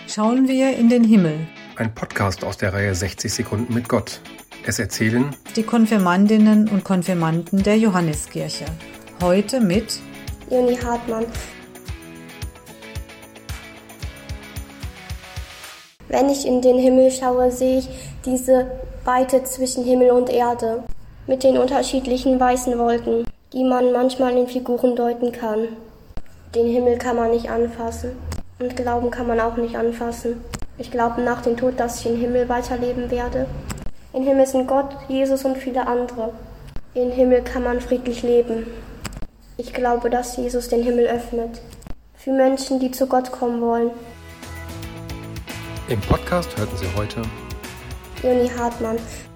Schauen wir in den Himmel. Ein Podcast aus der Reihe 60 Sekunden mit Gott. Es erzählen Die Konfirmandinnen und Konfirmanden der Johanneskirche. Heute mit Joni Hartmann. Wenn ich in den Himmel schaue, sehe ich diese Weite zwischen Himmel und Erde mit den unterschiedlichen weißen Wolken, die man manchmal in Figuren deuten kann. Den Himmel kann man nicht anfassen und Glauben kann man auch nicht anfassen. Ich glaube nach dem Tod, dass ich im Himmel weiterleben werde. Im Himmel sind Gott, Jesus und viele andere. Im Himmel kann man friedlich leben. Ich glaube, dass Jesus den Himmel öffnet für Menschen, die zu Gott kommen wollen. Im Podcast hörten Sie heute Joni Hartmann.